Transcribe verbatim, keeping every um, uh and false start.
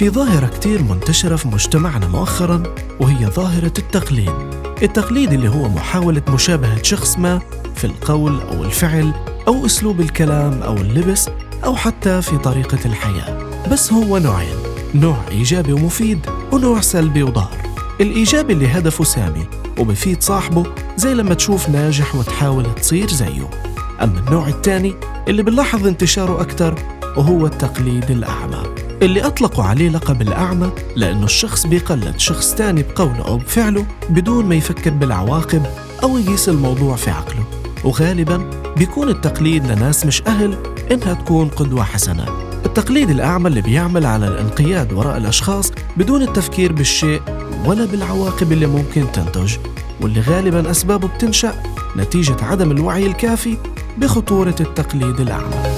في ظاهرة كتير منتشرة في مجتمعنا مؤخراً، وهي ظاهرة التقليد. التقليد اللي هو محاولة مشابهة شخص ما في القول أو الفعل أو أسلوب الكلام أو اللبس أو حتى في طريقة الحياة. بس هو نوعين، نوع إيجابي ومفيد ونوع سلبي وضار. الإيجابي اللي هدفه سامي وبفيد صاحبه، زي لما تشوف ناجح وتحاول تصير زيه. أما النوع الثاني اللي بنلاحظ انتشاره أكتر وهو التقليد الأعمى، اللي أطلقوا عليه لقب الأعمى لأنه الشخص بيقلد شخص تاني بقوله أو بفعله بدون ما يفكر بالعواقب أو يقيس الموضوع في عقله. وغالباً بيكون التقليد لناس مش أهل إنها تكون قدوة حسنة. التقليد الأعمى اللي بيعمل على الانقياد وراء الأشخاص بدون التفكير بالشيء ولا بالعواقب اللي ممكن تنتج، واللي غالباً أسبابه بتنشأ نتيجة عدم الوعي الكافي بخطورة التقليد الأعمى.